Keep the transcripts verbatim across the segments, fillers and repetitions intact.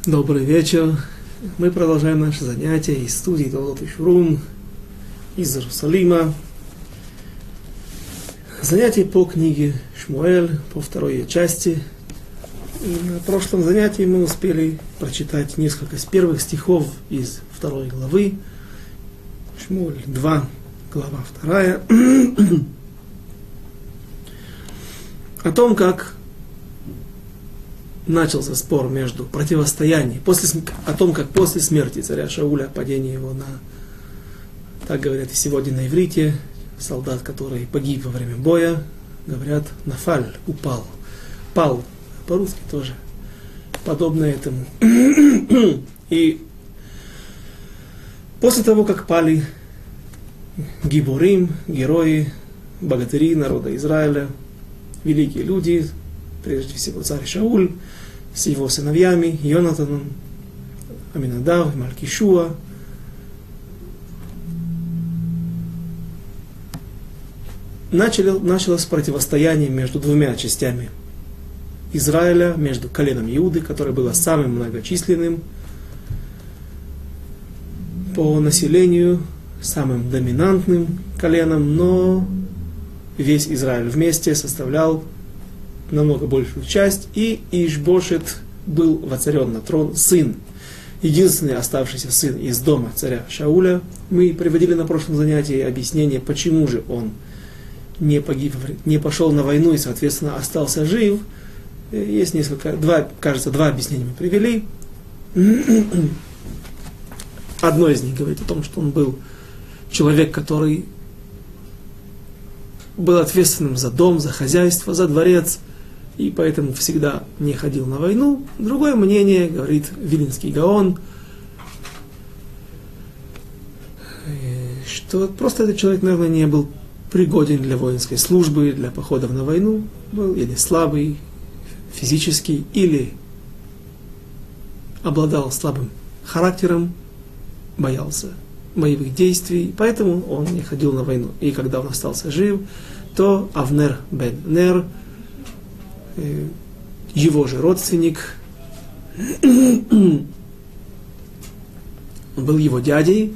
Добрый вечер. Мы продолжаем наше занятие из студии Толдот Ишурун из Иерусалима. Занятие по книге Шмуэль, по второй ее части. И на прошлом занятии мы успели прочитать несколько из первых стихов из второй главы. Шмуэль два, глава вторая. О том, как начался спор между противостоянием, после, о том, как после смерти царя Шауля, падение его на, так говорят и сегодня на иврите, солдат, который погиб во время боя, говорят, нафаль, упал, пал, по-русски тоже, подобно этому. И после того, как пали гиборим, герои, богатыри народа Израиля, великие люди, прежде всего царь Шауль, с его сыновьями, Йонатаном, Аминадав, Малкишуа. Начали, началось противостояние между двумя частями Израиля, между коленом Иуды, которое было самым многочисленным по населению, самым доминантным коленом, но весь Израиль вместе составлял намного большую часть, и Иш-бошет был воцарен на трон, сын, единственный оставшийся сын из дома царя Шауля. Мы приводили на прошлом занятии объяснение, почему же он не погиб, не пошел на войну и, соответственно, остался жив. Есть несколько, два, кажется, два объяснения мы привели. Одно из них говорит о том, что он был человек, который был ответственным за дом, за хозяйство, за дворец, и поэтому всегда не ходил на войну. Другое мнение, говорит Вилинский Гаон, что просто этот человек, наверное, не был пригоден для воинской службы, для походов на войну, был или слабый физически, или обладал слабым характером, боялся боевых действий, поэтому он не ходил на войну. И когда он остался жив, то Авнер бен Нер, его же родственник, был его дядей,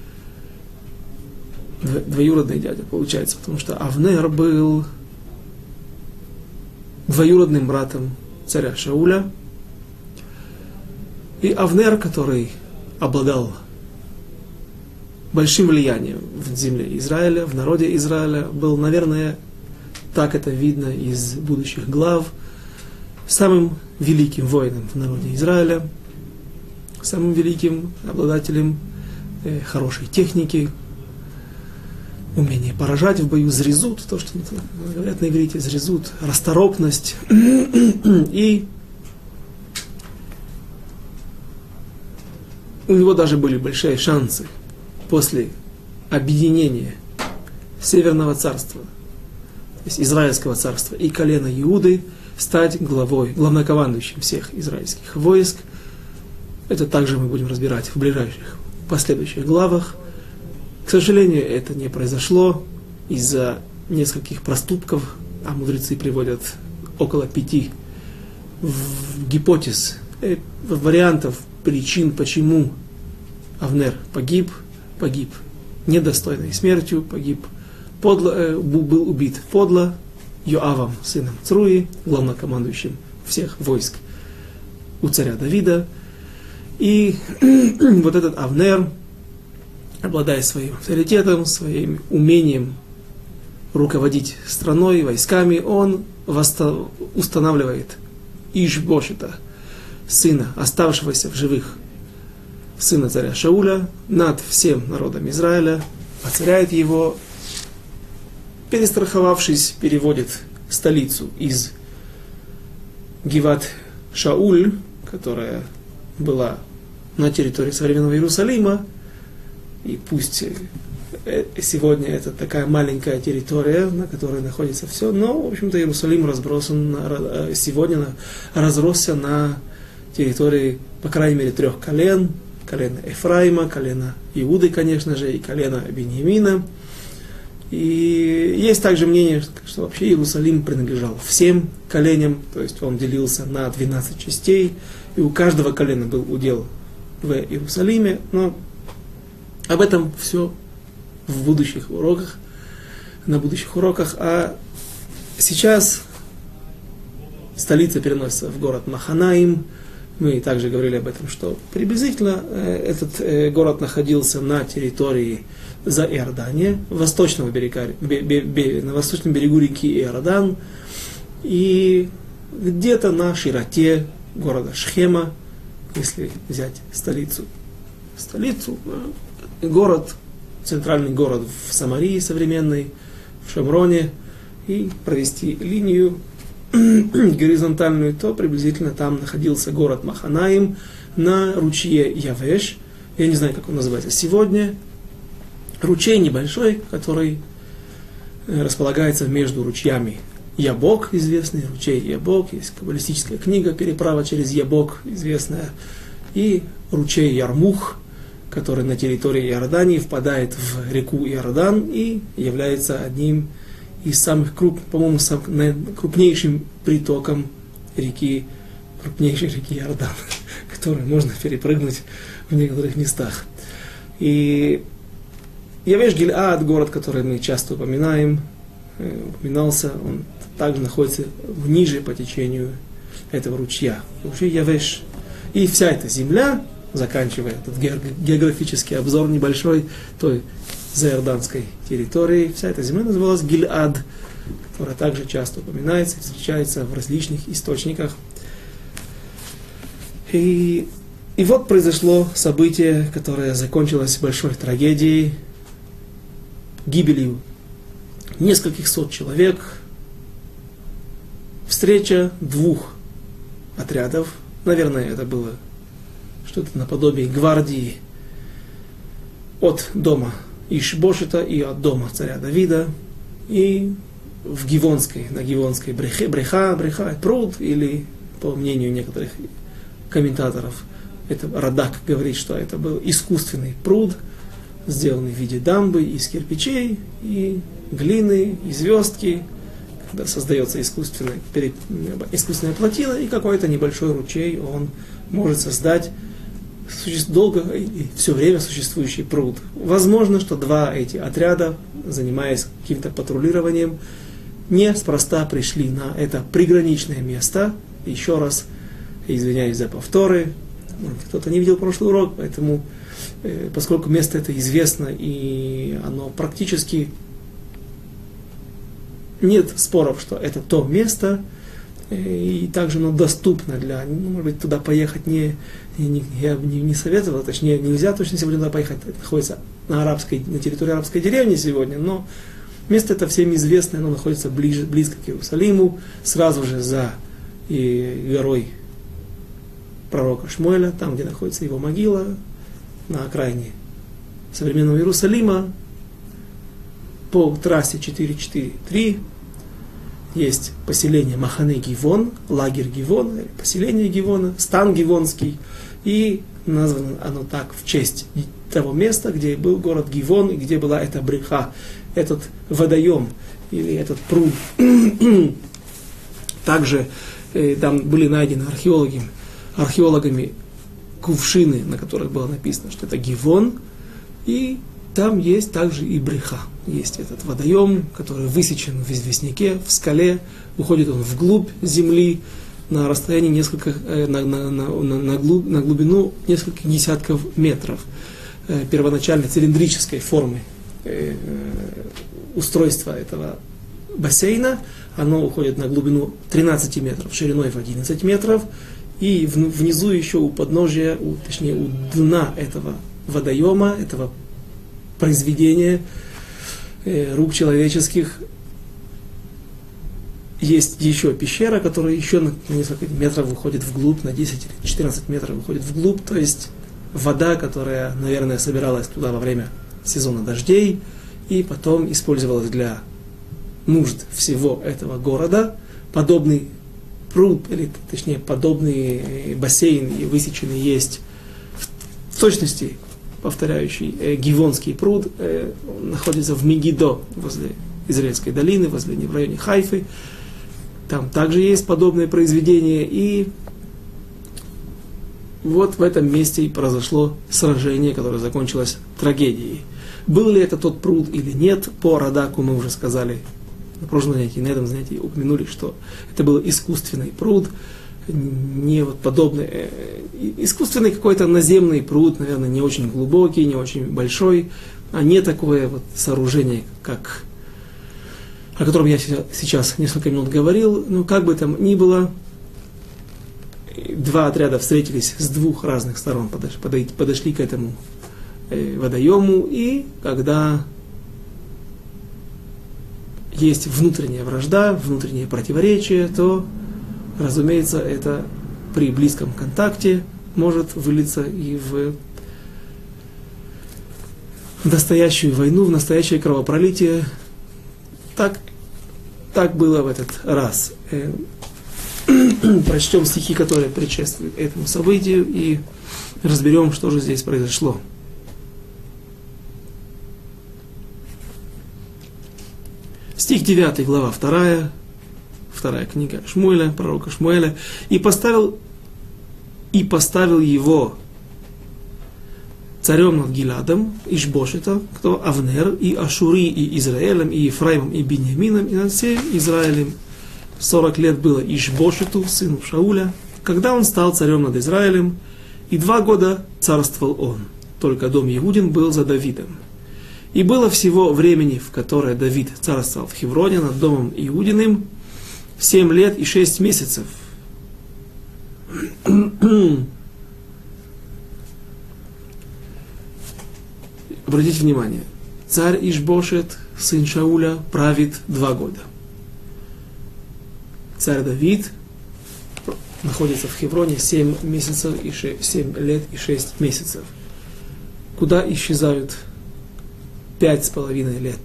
двоюродный дядя, получается, потому что Авнер был двоюродным братом царя Шауля. И Авнер, который обладал большим влиянием в земле Израиля, в народе Израиля, был, наверное, так это видно из будущих глав, самым великим воином в народе Израиля, самым великим обладателем э, хорошей техники, умение поражать в бою, зрезут, то, что говорят на иврите, зрезут, расторопность. И у него даже были большие шансы после объединения Северного царства, то есть Израильского царства, и колена Иуды стать главой, главнокомандующим всех израильских войск. Это также мы будем разбирать в ближайших последующих главах. К сожалению, это не произошло из-за нескольких проступков, а мудрецы приводят около пяти гипотез, вариантов, причин, почему Авнер погиб, погиб недостойной смертью, погиб подло, э, был убит подло Йоавом, сыном Цруи, главнокомандующим всех войск у царя Давида. И вот этот Авнер, обладая своим авторитетом, своим умением руководить страной, войсками, он восста- устанавливает Иш-бошета, сына, оставшегося в живых, сына царя Шауля, над всем народом Израиля, воцаряет его, перестраховавшись, переводит столицу из Гиват Шауль, которая была на территории современного Иерусалима, и пусть сегодня это такая маленькая территория, на которой находится все, но, в общем-то, Иерусалим разбросан, на, сегодня разросся на территории, по крайней мере, трех колен, колено Эфраима, колено Иуды, конечно же, и колено Беньямина. И есть также мнение, что вообще Иерусалим принадлежал всем коленям, то есть он делился на двенадцать частей, и у каждого колена был удел в Иерусалиме, но об этом все в будущих уроках, на будущих уроках, а сейчас столица переносится в город Маханаим. Мы также говорили об этом, что приблизительно этот город находился на территории за Иордания, восточного берега, бе, бе, бе, на восточном берегу реки Иордан, и где-то на широте города Шхема, если взять столицу, столицу, город, центральный город в Самарии современной, в Шамроне, и провести линию горизонтальную, то приблизительно там находился город Маханаим на ручье Явеш. Я не знаю, как он называется сегодня. Ручей небольшой, который располагается между ручьями Ябок, известный ручей Ябок, есть каббалистическая книга «Переправа через Ябок», известная, и ручей Ярмух, который на территории Иордании впадает в реку Иордан и является одним из самых крупных, по-моему, сам, крупнейшим притоком реки, крупнейшей реки Иордан, которую можно перепрыгнуть в некоторых местах. И Явеш Гильад, город, который мы часто упоминаем, упоминался, он также находится ниже по течению этого ручья. Ручей Явеш. И вся эта земля, заканчивая этот географический обзор небольшой той заиорданской территории, вся эта земля называлась Гильад, которая также часто упоминается и встречается в различных источниках. И, и вот произошло событие, которое закончилось большой трагедией, гибелью нескольких сот человек, встреча двух отрядов, наверное, это было что-то наподобие гвардии от дома Иш-Бошета и от дома царя Давида, и в Гивонской, на Гивонской брехе, бреха, бреха, пруд, или, по мнению некоторых комментаторов, это Радак говорит, что это был искусственный пруд, сделанный в виде дамбы из кирпичей и глины, и звездки, когда создается искусственная, искусственная плотина, и какой-то небольшой ручей он может создать долго и все время существующий пруд. Возможно, что два эти отряда, занимаясь каким-то патрулированием, неспроста пришли на это приграничное место. Еще раз извиняюсь за повторы. Кто-то не видел прошлый урок, поэтому, э, поскольку место это известно и оно практически нет споров, что это то место, и также оно доступно для, ну, может быть, туда поехать не, не, я не, не советовал, точнее, нельзя точно сегодня туда поехать, это находится на, арабской, на территории арабской деревни сегодня, но место это всем известное, оно находится ближе, близко к Иерусалиму, сразу же за и, горой пророка Шмуэля, там, где находится его могила, на окраине современного Иерусалима, по трассе четыре четыре три, есть поселение Махане Гивон, лагерь Гивон, поселение Гивона, стан Гивонский, и названо оно так в честь того места, где был город Гивон, и где была эта бреха, этот водоем, или этот пруд. Также э, там были найдены археологами, археологами кувшины, на которых было написано, что это Гивон, и там есть также и бреха. Есть этот водоем, который высечен в известняке, в скале, уходит он вглубь земли на расстоянии несколько, на, на, на, на, глуб, на глубину нескольких десятков метров. Первоначально цилиндрической формы устройства этого бассейна, оно уходит на глубину тринадцать метров, шириной в одиннадцать метров, и внизу еще у подножия, у, точнее у дна этого водоема, этого произведения э, рук человеческих, есть еще пещера, которая еще на несколько метров выходит вглубь, на десять-четырнадцать метров выходит вглубь, то есть вода, которая, наверное, собиралась туда во время сезона дождей и потом использовалась для нужд всего этого города. Подобный пруд, или точнее подобный бассейн, высеченный есть в точности повторяющий э, Гивонский пруд, э, он находится в Мегидо, возле Израильской долины, возле в районе Хайфы. Там также есть подобные произведения, и вот в этом месте и произошло сражение, которое закончилось трагедией. Был ли это тот пруд или нет, по Радаку мы уже сказали на прошлом занятии, на этом занятии упомянули, что это был искусственный пруд, не вот подобный, э, искусственный какой-то наземный пруд, наверное, не очень глубокий, не очень большой, а не такое вот сооружение, как, о котором я сейчас несколько минут говорил. Но как бы там ни было, два отряда встретились с двух разных сторон, подошли, подошли к этому э, водоему, и когда есть внутренняя вражда, внутреннее противоречие, то, разумеется, это при близком контакте может вылиться и в настоящую войну, в настоящее кровопролитие. Так, так было в этот раз. Прочтем стихи, которые предшествуют этому событию, и разберем, что же здесь произошло. Стих девятый, глава вторая, вторая книга Шмуэля, пророка Шмуэля. «И поставил, и поставил его царем над Гиладом, Ишбошета, кто Авнер, и Ашури, и Израилем, и Ефраимом, и Биньямином, и над всем Израилем. Сорок лет было Ишбошету, сыну Шауля, когда он стал царем над Израилем, и два года царствовал он, только дом Иудин был за Давидом. И было всего времени, в которое Давид царствовал в Хевроне над домом Иудиным, семь лет и шесть месяцев». Обратите внимание, царь Ишбошет, сын Шауля, правит два года. Царь Давид находится в Хевроне семь месяцев и семь лет и шесть месяцев. Куда исчезают пять с половиной лет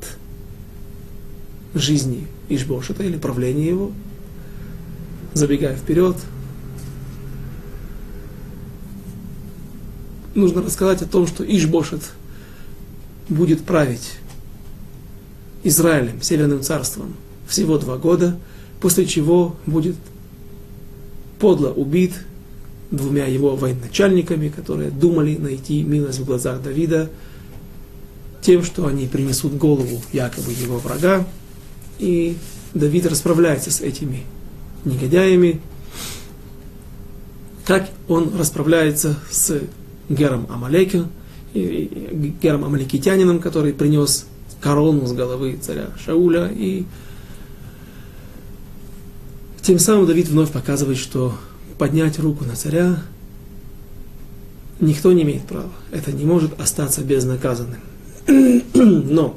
жизни Ишбошета или правления его? Забегая вперед, нужно рассказать о том, что Ишбошет будет править Израилем, Северным царством, всего два года, после чего будет подло убит двумя его военачальниками, которые думали найти милость в глазах Давида тем, что они принесут голову якобы его врага, и Давид расправляется с этими негодяями, как он расправляется с Гером Амалеком, Гером Амалекитянином, который принес корону с головы царя Шауля, и тем самым Давид вновь показывает, что поднять руку на царя никто не имеет права. Это не может остаться безнаказанным. Но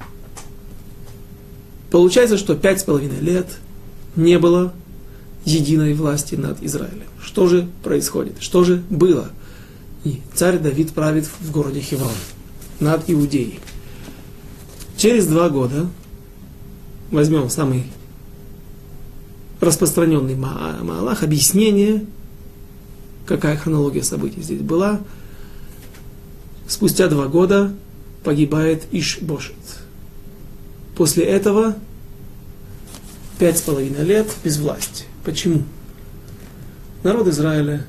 получается, что пять с половиной лет не было единой власти над Израилем. Что же происходит? Что же было? И царь Давид правит в городе Хеврон над Иудеей. Через два года, возьмем самый распространенный Маалах, объяснение, какая хронология событий здесь была. Спустя два года погибает Ишбошет. После этого пять с половиной лет без власти. Почему? Народ Израиля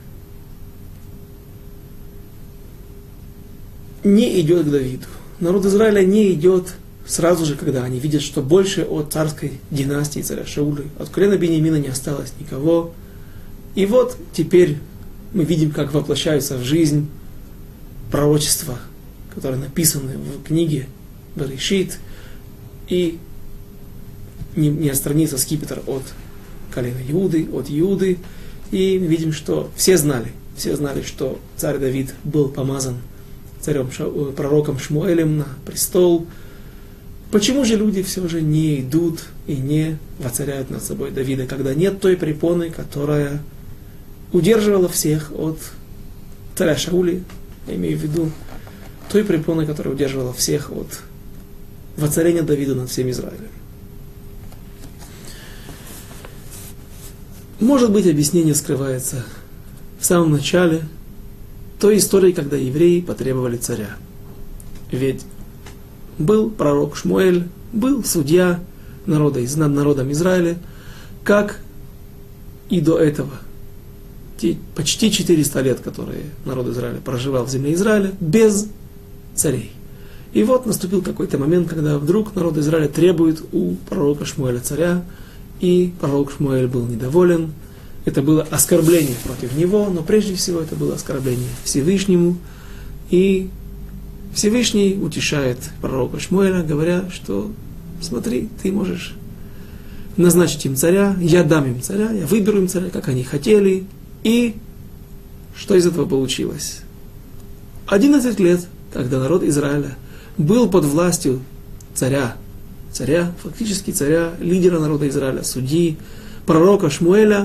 не идет к Давиду. Народ Израиля не идет сразу же, когда они видят, что больше от царской династии царя Шауля, от колена Биньямина не осталось никого. И вот теперь мы видим, как воплощаются в жизнь пророчества, которые написаны в книге Берешит, и не, не отстранится скипетр от колена Иуды, от Иуды, и мы видим, что все знали, все знали, что царь Давид был помазан царем, пророком Шмуэлем на престол. Почему же люди все же не идут и не воцаряют над собой Давида, когда нет той препоны, которая удерживала всех от царя Шауля, я имею в виду той препоны, которая удерживала всех от воцарения Давида над всем Израилем? Может быть, объяснение скрывается в самом начале той истории, когда евреи потребовали царя. Ведь был пророк Шмуэль, был судья народа, над народом Израиля, как и до этого. Те почти четыреста лет, которые народ Израиля проживал в земле Израиля, без царей. И вот наступил какой-то момент, когда вдруг народ Израиля требует у пророка Шмуэля царя, и пророк Шмуэль был недоволен. Это было оскорбление против него, но прежде всего это было оскорбление Всевышнему. И Всевышний утешает пророка Шмуэля, говоря, что смотри, ты можешь назначить им царя, я дам им царя, я выберу им царя, как они хотели. И что из этого получилось? одиннадцать лет, когда народ Израиля был под властью царя, царя, фактически царя, лидера народа Израиля, судьи, пророка Шмуэля,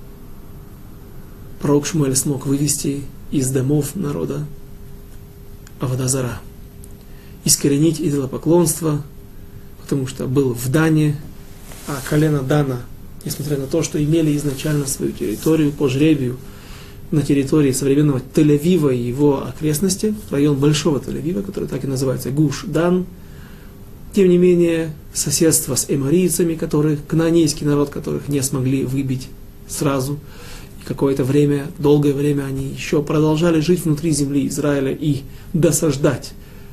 пророк Шмуэль смог вывести из домов народа авода зара, искоренить идолопоклонство, потому что был в Дане, а колено Дана, несмотря на то, что имели изначально свою территорию по жребию на территории современного Тель-Авива и его окрестности, район Большого Тель-Авива, который так и называется Гуш-Дан, тем не менее, соседство с эморийцами, которых, кнаанейский народ, которых не смогли выбить сразу, и какое-то время, долгое время они еще продолжали жить внутри земли Израиля и досаждать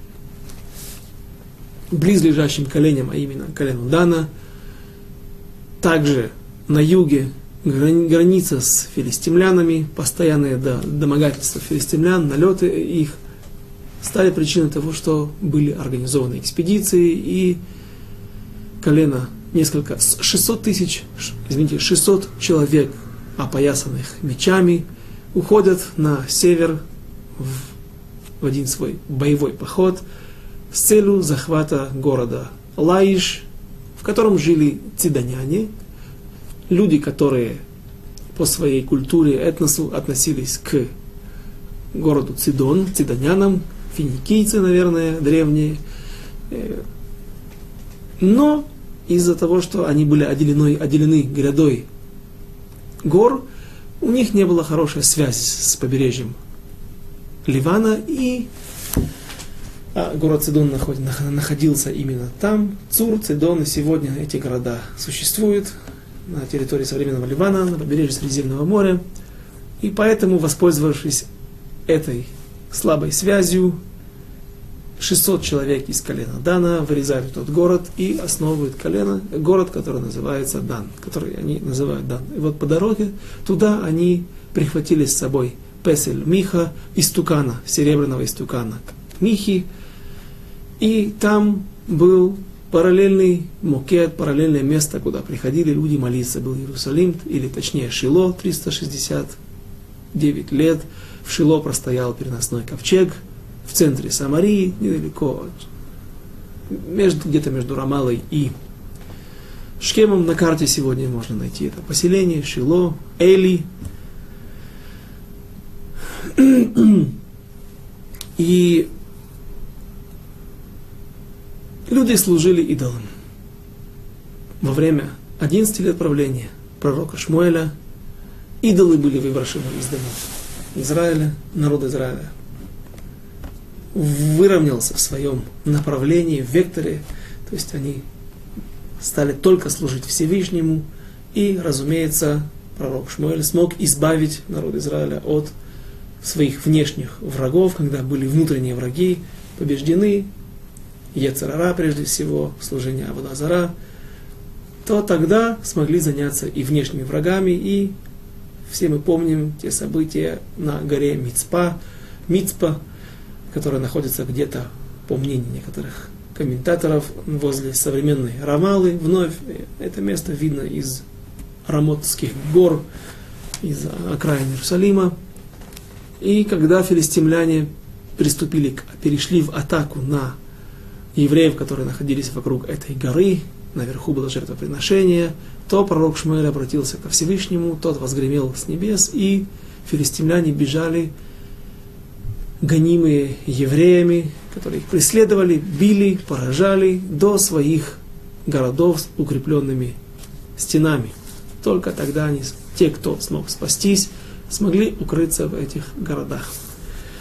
близлежащим коленям, а именно колену Дана. Также на юге граница с филистимлянами, постоянные домогательства филистимлян, налеты их стали причиной того, что были организованы экспедиции, и колено несколько, шестьсот тысяч, извините, шестьсот человек, опоясанных мечами, уходят на север в, в один свой боевой поход с целью захвата города Лаиш, в котором жили цидоняне, люди, которые по своей культуре, этносу относились к городу Цидон, цидонянам, финикийцы, наверное, древние. Но из-за того, что они были отделены, отделены грядой гор, у них не было хорошей связи с побережьем Ливана, и а город Цидон находился именно там. Цур, Цидон, и сегодня эти города существуют на территории современного Ливана, на побережье Средиземного моря. И поэтому, воспользовавшись этой слабой связью, шестьсот человек из колена Дана вырезают тот город и основывают колено, город, который называется Дан, который они называют Дан. И вот по дороге туда они прихватили с собой Песель Миха, истукана, серебряного истукана Михи, и там был параллельный мокет, параллельное место, куда приходили люди молиться, был Иерусалим, или точнее Шило, триста шестьдесят девять лет. В Шило простоял переносной ковчег, в центре Самарии, недалеко, между, где-то между Рамалой и Шкемом. На карте сегодня можно найти это поселение, Шило, Эли. И люди служили идолам. Во время одиннадцати лет правления пророка Шмуэля идолы были выброшены из домов Израиля, народ Израиля выровнялся в своем направлении, в векторе, то есть они стали только служить Всевышнему, и, разумеется, пророк Шмуэль смог избавить народ Израиля от своих внешних врагов, когда были внутренние враги побеждены, Йецер ара прежде всего, служение авода зара, то тогда смогли заняться и внешними врагами, и все мы помним те события на горе Мицпа, Мицпа, которая находится где-то, по мнению некоторых комментаторов, возле современной Рамалы. Вновь это место видно из Рамотских гор, из окраин Иерусалима. И когда филистимляне приступили, к, перешли в атаку на евреев, которые находились вокруг этой горы, наверху было жертвоприношение, то пророк Шмуэль обратился ко Всевышнему, тот возгремел с небес, и филистимляне бежали, гонимые евреями, которые их преследовали, били, поражали до своих городов с укрепленными стенами. Только тогда они, те, кто смог спастись, смогли укрыться в этих городах.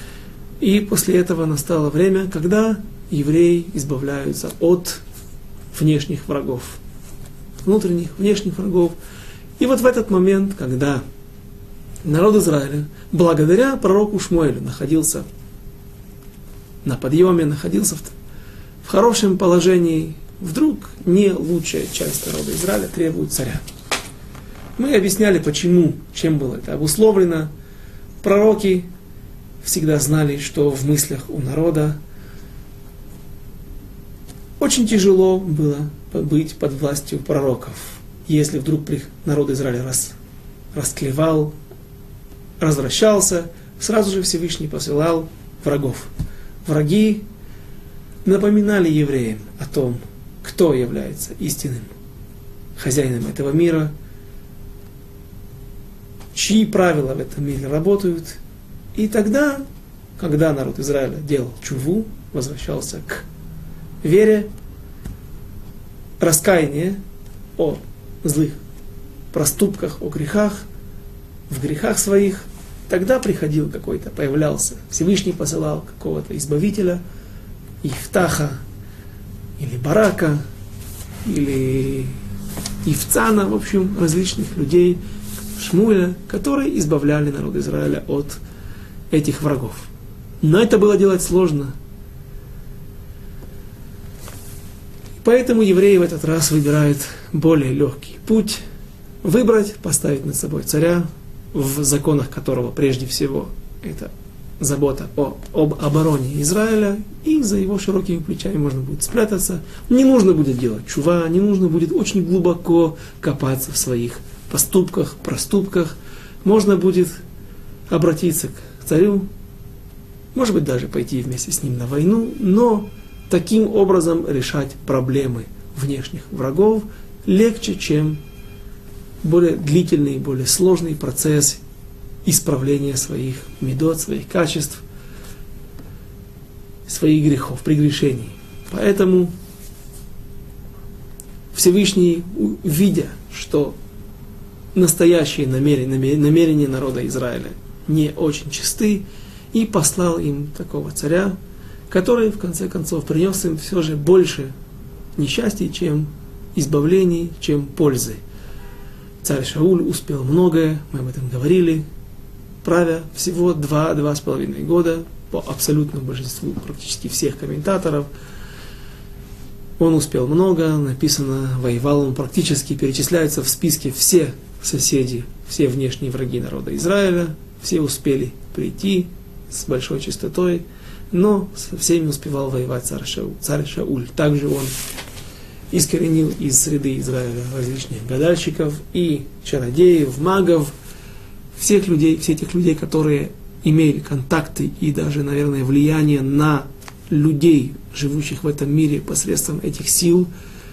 И после этого настало время, когда евреи избавляются от внешних врагов. Внутренних, внешних врагов. И вот в этот момент, когда народ Израиля, благодаря пророку Шмуэлю, находился на подъеме, находился в, в хорошем положении, вдруг не лучшая часть народа Израиля требует царя. Мы объясняли, почему, чем было это обусловлено. Пророки всегда знали, что в мыслях у народа очень тяжело было быть под властью пророков. Если вдруг народ Израиля рас, расклевал, развращался, сразу же Всевышний посылал врагов. Враги напоминали евреям о том, кто является истинным хозяином этого мира, чьи правила в этом мире работают. И тогда, когда народ Израиля делал чуву, возвращался к вере, раскаяние о злых проступках, о грехах, в грехах своих, тогда приходил какой-то, появлялся, Всевышний посылал какого-то избавителя, Ифтаха, или Барака, или Ифцана, в общем, различных людей, Шмуэля, которые избавляли народ Израиля от этих врагов. Но это было делать сложно. Поэтому евреи в этот раз выбирают более легкий путь, выбрать, поставить над собой царя, в законах которого прежде всего это забота о, об обороне Израиля, и за его широкими плечами можно будет спрятаться. Не нужно будет делать чува, не нужно будет очень глубоко копаться в своих поступках, проступках. Можно будет обратиться к царю, может быть, даже пойти вместе с ним на войну, но таким образом решать проблемы внешних врагов легче, чем более длительный, более сложный процесс исправления своих медот, своих качеств, своих грехов, прегрешений. Поэтому Всевышний, видя, что настоящие намерения, намерения народа Израиля не очень чисты, и послал им такого царя, который, в конце концов, принес им все же больше несчастий, чем избавлений, чем пользы. Царь Шауль успел многое, мы об этом говорили, правя всего два-два с половиной года, по абсолютному большинству практически всех комментаторов. Он успел много, написано, воевал он практически, перечисляются в списке все соседи, все внешние враги народа Израиля, все успели прийти с большой частотой, но со всеми успевал воевать царь Шауль. Царь Шауль. Также он искоренил из среды Израиля различных гадальщиков и чародеев, магов, всех людей, всех этих людей, которые имели контакты и даже, наверное, влияние на людей, живущих в этом мире посредством этих сил,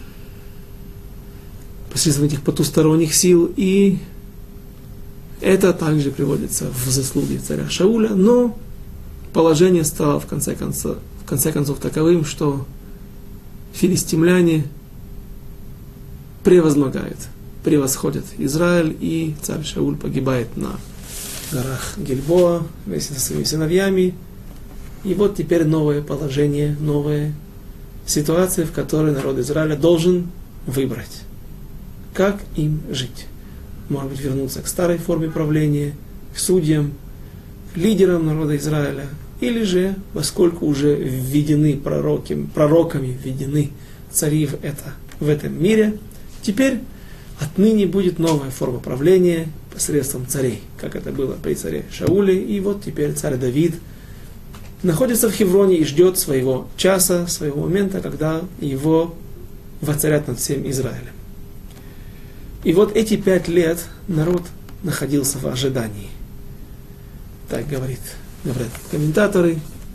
посредством этих потусторонних сил. И это также приводится в заслуги царя Шауля, но положение стало в конце концов, в конце концов таковым, что филистимляне превозмогают, превосходят Израиль, и царь Шауль погибает на горах Гильбоа вместе со своими сыновьями. И вот теперь новое положение, новая ситуация, в которой народ Израиля должен выбрать, как им жить. Может быть, вернуться к старой форме правления, к судьям, к лидерам народа Израиля, или же, поскольку уже введены пророки, пророками, введены цари в, это, в этом мире, теперь отныне будет новая форма правления посредством царей, как это было при царе Шауле. И вот теперь царь Давид находится в Хевроне и ждет своего часа, своего момента, когда его воцарят над всем Израилем. И вот эти пять лет народ находился в ожидании. Так говорит, говорят комментаторы.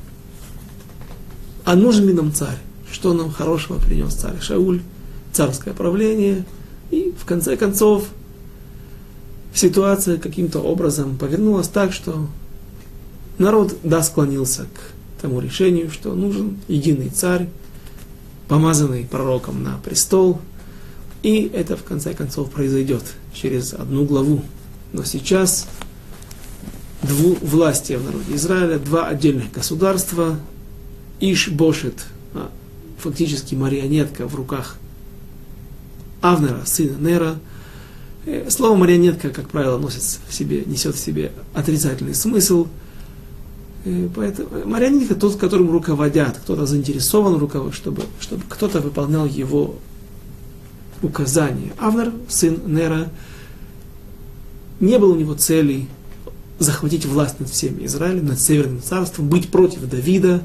А нужен ли нам царь? Что нам хорошего принес царь Шауль? Царское правление. И в конце концов ситуация каким-то образом повернулась так, что народ, да, склонился к тому решению, что нужен единый царь, помазанный пророком на престол. И это в конце концов произойдет через одну главу. Но сейчас двувластия в народе Израиля, два отдельных государства. Иш-Бошет, фактически марионетка в руках Авнера, сына Нера. Слово марионетка, как правило, носит в себе, несет в себе отрицательный смысл. Поэтому марионетка тот, которым руководят, кто-то заинтересован в руководстве, чтобы, чтобы кто-то выполнял его указания. Авнер, сын Нера, не было у него целей захватить власть над всем Израилем, над Северным царством, быть против Давида.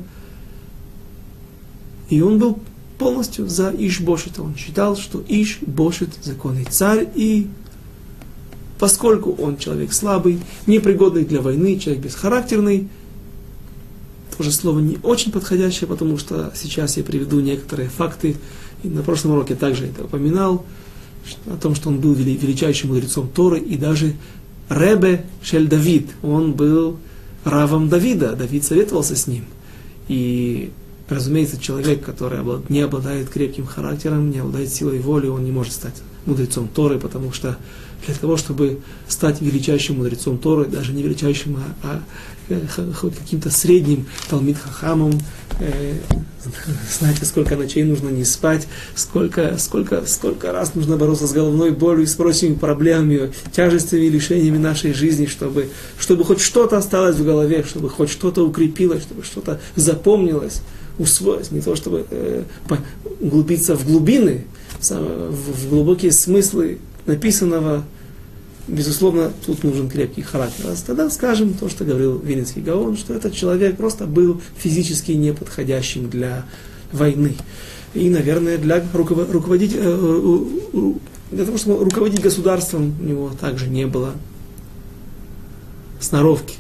И он был полностью за Иш-Бошета. Он считал, что Иш-Бошет законный царь, и поскольку он человек слабый, непригодный для войны, человек бесхарактерный, тоже слово не очень подходящее, потому что сейчас я приведу некоторые факты, и на прошлом уроке также это упоминал, о том, что он был величайшим мудрецом Торы, и даже Ребе Шель Давид, он был равом Давида, Давид советовался с ним. И, разумеется, человек, который не обладает крепким характером, не обладает силой воли, он не может стать мудрецом Торы, потому что для того, чтобы стать величайшим мудрецом Торы, даже не величайшим, а, а хоть каким-то средним Талмид Хахамом, э, знаете, сколько ночей нужно не спать, сколько, сколько, сколько раз нужно бороться с головной болью, с прочими проблемами, тяжестями и лишениями нашей жизни, чтобы, чтобы хоть что-то осталось в голове, чтобы хоть что-то укрепилось, чтобы что-то запомнилось, усвоилось, не то чтобы э, углубиться в глубины, в глубокие смыслы написанного. Безусловно, тут нужен крепкий характер. А тогда скажем то, что говорил Вильнинский Гаон, что этот человек просто был физически неподходящим для войны. И, наверное, для, руководить, для того, чтобы руководить государством, у него также не было сноровки.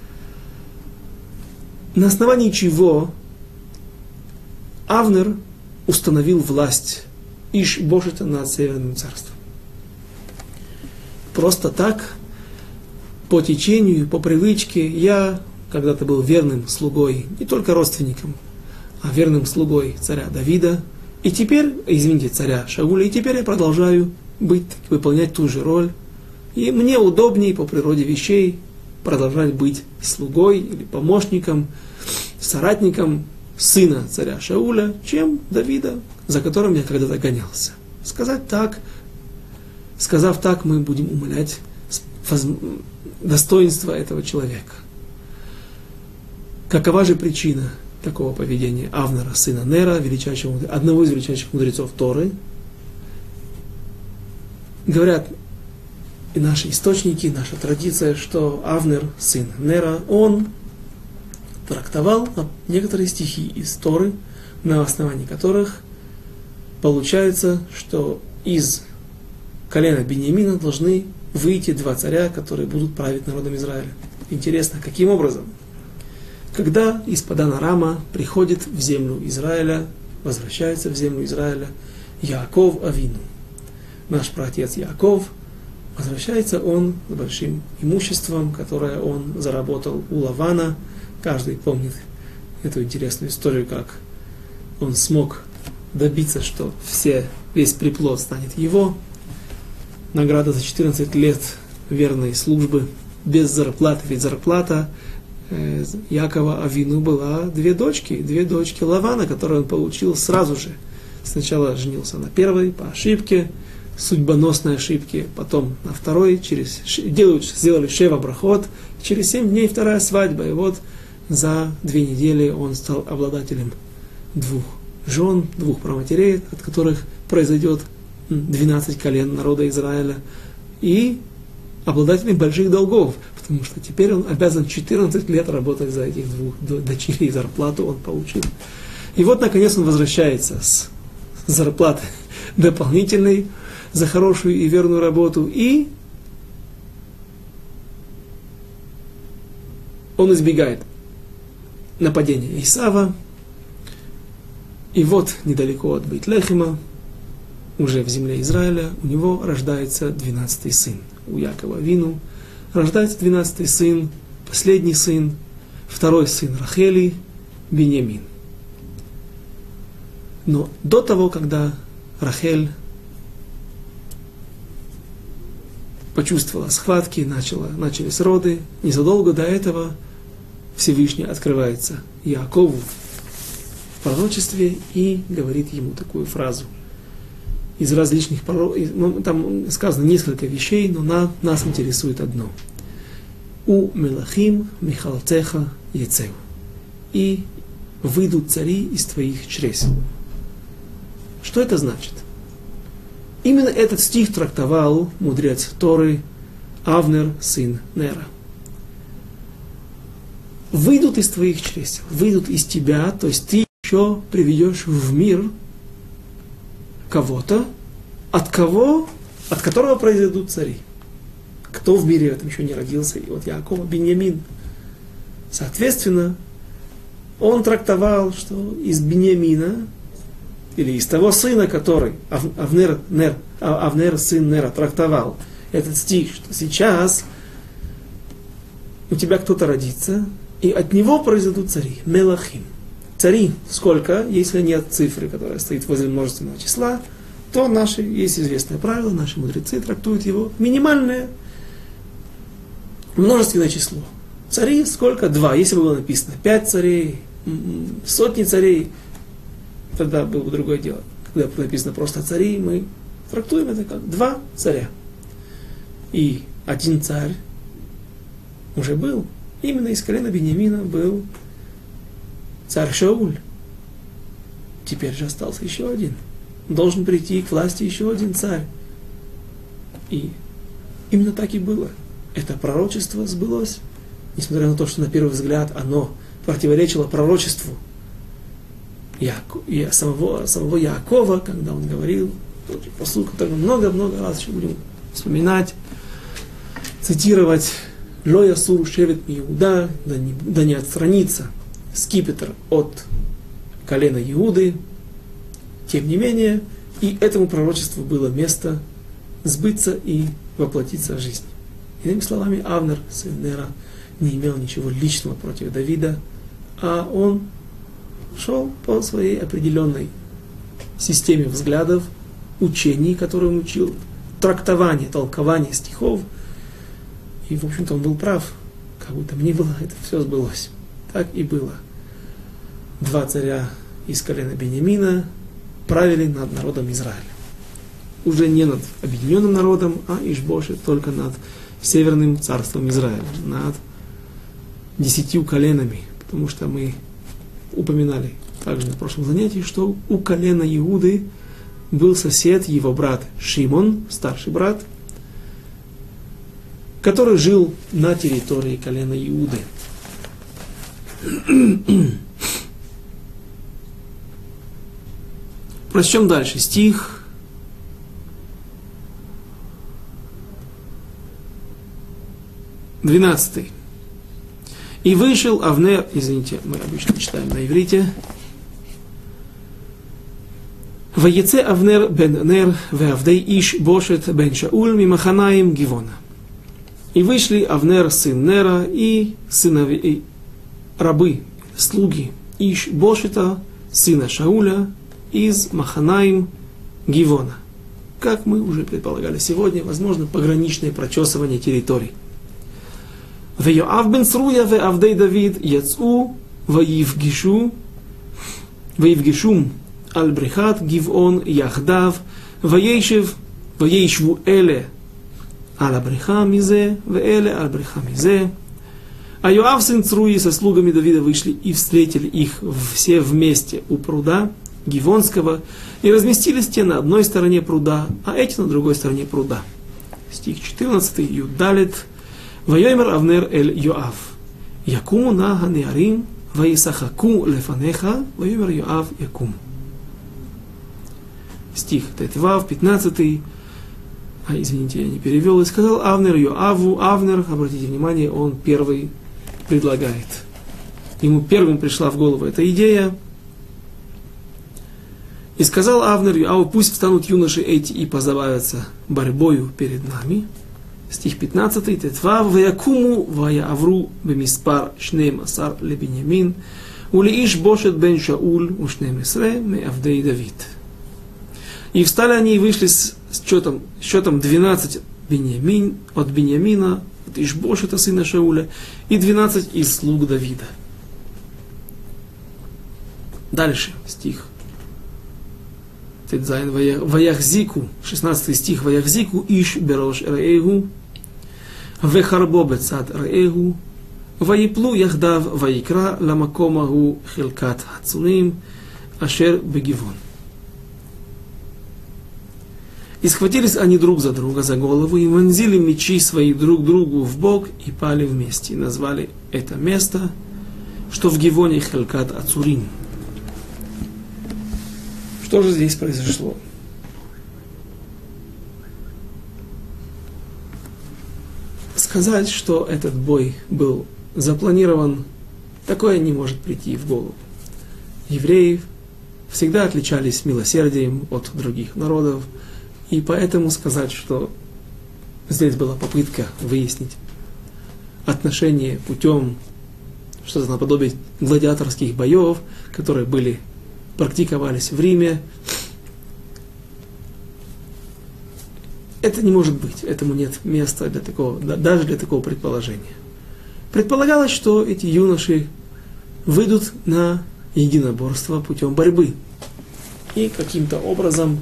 На основании чего Авнер установил власть Иш-Бошета над Северным царством. Просто так, по течению, по привычке, я когда-то был верным слугой, не только родственником, а верным слугой царя Давида, и теперь, извините, царя Шауля, и теперь я продолжаю быть, выполнять ту же роль, и мне удобнее по природе вещей продолжать быть слугой или помощником, соратником сына царя Шауля, чем Давида, за которым я когда-то гонялся. Сказать так, сказав так, мы будем умалять достоинство этого человека. Какова же причина такого поведения Авнера, сына Нера, величайшего, одного из величайших мудрецов Торы? Говорят и наши источники, наша традиция, что Авнер, сын Нера, он трактовал некоторые стихи из Торы, на основании которых получается, что из колена Биньямина должны выйти два царя, которые будут править народом Израиля. Интересно, каким образом? Когда из Падан Арама приходит в землю Израиля, возвращается в землю Израиля Яаков Авину. Наш праотец Яаков, возвращается он с большим имуществом, которое он заработал у Лавана. Каждый помнит эту интересную историю, как он смог добиться, что все, весь приплод станет его. Награда за четырнадцать лет верной службы без зарплаты. Ведь зарплата э, Якова Авину была две дочки, две дочки Лавана, которые он получил сразу же. Сначала женился на первой по ошибке, судьбоносной ошибке, потом на второй, через, делают, сделали шева брахот, через семь дней вторая свадьба. И вот за две недели он стал обладателем двух жен, двух праматерей, от которых произойдет двенадцать колен народа Израиля, и обладателем больших долгов, потому что теперь он обязан четырнадцать лет работать за этих двух дочерей, зарплату он получил. И вот, наконец, он возвращается с зарплаты дополнительной за хорошую и верную работу, и он избегает нападения Исава. И вот, недалеко от Бейт-Лехема, уже в земле Израиля, у него рождается двенадцатый сын. У Якова Авину рождается двенадцатый сын, последний сын, второй сын Рахели, Биньямин. Но до того, когда Рахель почувствовала схватки, начала, начались роды. Незадолго до этого Всевышний открывается Яакову в пророчестве и говорит ему такую фразу. Из различных пророков, ну, там сказано несколько вещей, но на, нас интересует одно. У мелахим михалтеха яцеу. И выйдут цари из твоих чресел. Что это значит? Именно этот стих трактовал мудрец Торы Авнер, сын Нера. Выйдут из твоих чресел, выйдут из тебя, то есть ты еще приведешь в мир кого-то, от кого, от которого произойдут цари. Кто в мире этом еще не родился? И вот Яаков, Биньямин. Соответственно, он трактовал, что из Биньямина, или из того сына, который Авнер, Нер, Авнер сын Нера, трактовал этот стих, что сейчас у тебя кто-то родится, и от него произойдут цари, мелахим. Цари сколько, если нет цифры, которая стоит возле множественного числа, то наши, есть известное правило, наши мудрецы трактуют его минимальное множественное число. Цари сколько? Два. Если бы было написано пять царей, сотни царей, тогда было бы другое дело. Когда написано просто цари, мы трактуем это как два царя. И один царь уже был. Именно из колена Биньямина был царь Шауль. Теперь же остался еще один. Должен прийти к власти еще один царь. И именно так и было. Это пророчество сбылось. Несмотря на то, что на первый взгляд оно противоречило пророчеству Яко, я, самого, самого Яакова, когда он говорил, тот же послуг, который много-много раз еще будем вспоминать, цитировать «Ло ясур шевет ми Иуда», да не, да не отстранится скипетр от колена Иуды. Тем не менее, и этому пророчеству было место сбыться и воплотиться в жизнь. Иными словами, Авнер, сын Нера, не имел ничего личного против Давида, а он шел по своей определенной системе взглядов, учений, которые он учил, трактования, толкования стихов. И, в общем-то, он был прав. Как бы там ни было, это все сбылось. Так и было. Два царя из колена Биньямина правили над народом Израиля. Уже не над объединенным народом, а Иш-Бошет только над северным царством Израиля, над десятью коленами. Потому что мы упоминали также на прошлом занятии, что у колена Иуды был сосед, его брат Шимон, старший брат, который жил на территории колена Иуды. Прочтем дальше стих двенадцатый. И вышел Авнер, извините, мы обычно читаем на иврите. Ваеце Авнер бен Нер веавдей иш бошет бен Шауль мимаханаим Гивона. И вышли Авнер, сын Нера, и сынови, и рабы, слуги иш Бошета, сына Шауля, из Маханаим Гивона. Как мы уже предполагали сегодня, возможно, пограничное прочесывание территорий. ויואב בן צרויה ועבדי דוד יצאו ויפגשו ויפגשום על בריכת גבעון יחדיו וישב וישבו אלה על הבריכה מזה ואלה על בריכה מזה. А Йоав, сын Цруи, со слугами Давида вышли и встретили их все вместе у пруда Гивонского и разместились те на одной стороне пруда, а эти на другой стороне пруда. Стих четырнадцатый, Юдалит. ויאמר אבנר אל יואב, יקומו נא הנערים וישחקו לפניך, ויאמר יואב יקום. Стих Тетвав, пятнадцатый, а извините, я не перевел, и сказал Авнер Йоаву, Авнер, обратите внимание, он первый предлагает. Ему первым пришла в голову эта идея. И сказал Авнер Йоаву, пусть встанут юноши эти и позабавятся борьбою перед нами. Стих пятнадцатый, Тетвав, «Ваякуму ваяавру бемиспар шнеем асар лебиньямин, улииш бошет бен Шауль ушнеем эсре меавдей Давид». И встали они и вышли с счетом, счетом двенадцать, Беньямин, от Беньямина, от Ишбошета, сына Шауля, и двенадцать из слуг Давида. Дальше стих. Ваяхзику, шестнадцатый стих. Ваяхзику иш берош реэгу, вехарбо бецад реэгу, ваиплу яхдав ваикра ламакомагу хилкат хацуним, ашер бегивон. И схватились они друг за друга за голову, и вонзили мечи свои друг другу в бок, и пали вместе. И назвали это место, что в Гивоне Хелкат Ацурим. Что же здесь произошло? Сказать, что этот бой был запланирован, такое не может прийти в голову. Евреи всегда отличались милосердием от других народов, и поэтому сказать, что здесь была попытка выяснить отношения путем что-то наподобие гладиаторских боев, которые были, практиковались в Риме, это не может быть, этому нет места для такого, даже для такого предположения. Предполагалось, что эти юноши выйдут на единоборство путем борьбы и каким-то образом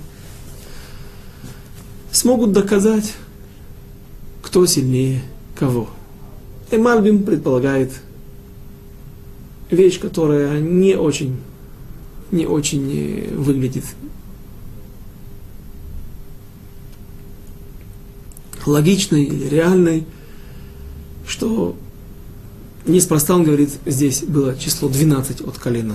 смогут доказать, кто сильнее кого. И Мальбим предполагает вещь, которая не очень, не очень выглядит логичной или реальной, что неспроста он говорит, здесь было число двенадцать от колена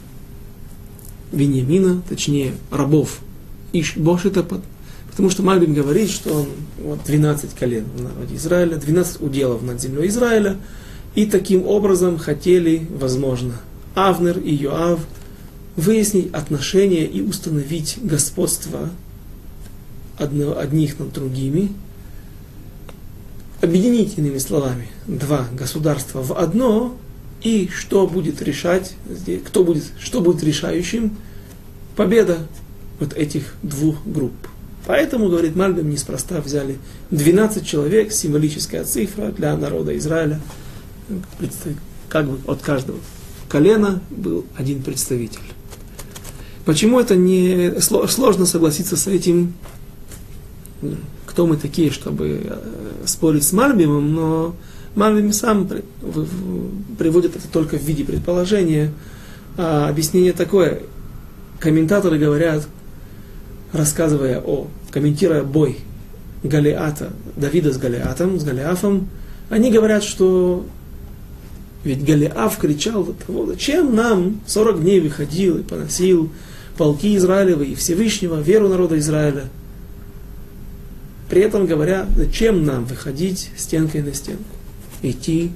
Вениамина, точнее рабов Иш-Бошета, потому что Мальбим говорит, что он, вот, двенадцать колен в народе Израиля, двенадцать уделов над землей Израиля, и таким образом хотели, возможно, Авнер и Йоав выяснить отношения и установить господство одного, одних над другими, объединить, иными словами, два государства в одно, и что будет решать, кто будет, что будет решающим, победа вот этих двух групп. Поэтому, говорит Мальбим, неспроста взяли двенадцать человек, символическая цифра для народа Израиля, как бы от каждого колена был один представитель. Почему это не сложно согласиться с этим? Кто мы такие, чтобы спорить с Мальбимом, но Мальбим сам приводит это только в виде предположения. А объяснение такое. Комментаторы говорят, рассказывая о, комментируя бой Голиата, Давида с Голиатом, с Голиафом, они говорят, что ведь Голиаф кричал до того, зачем нам сорок дней выходил и поносил полки Израилевы и Всевышнего, веру народа Израиля. При этом говорят, зачем нам выходить стенкой на стенку, идти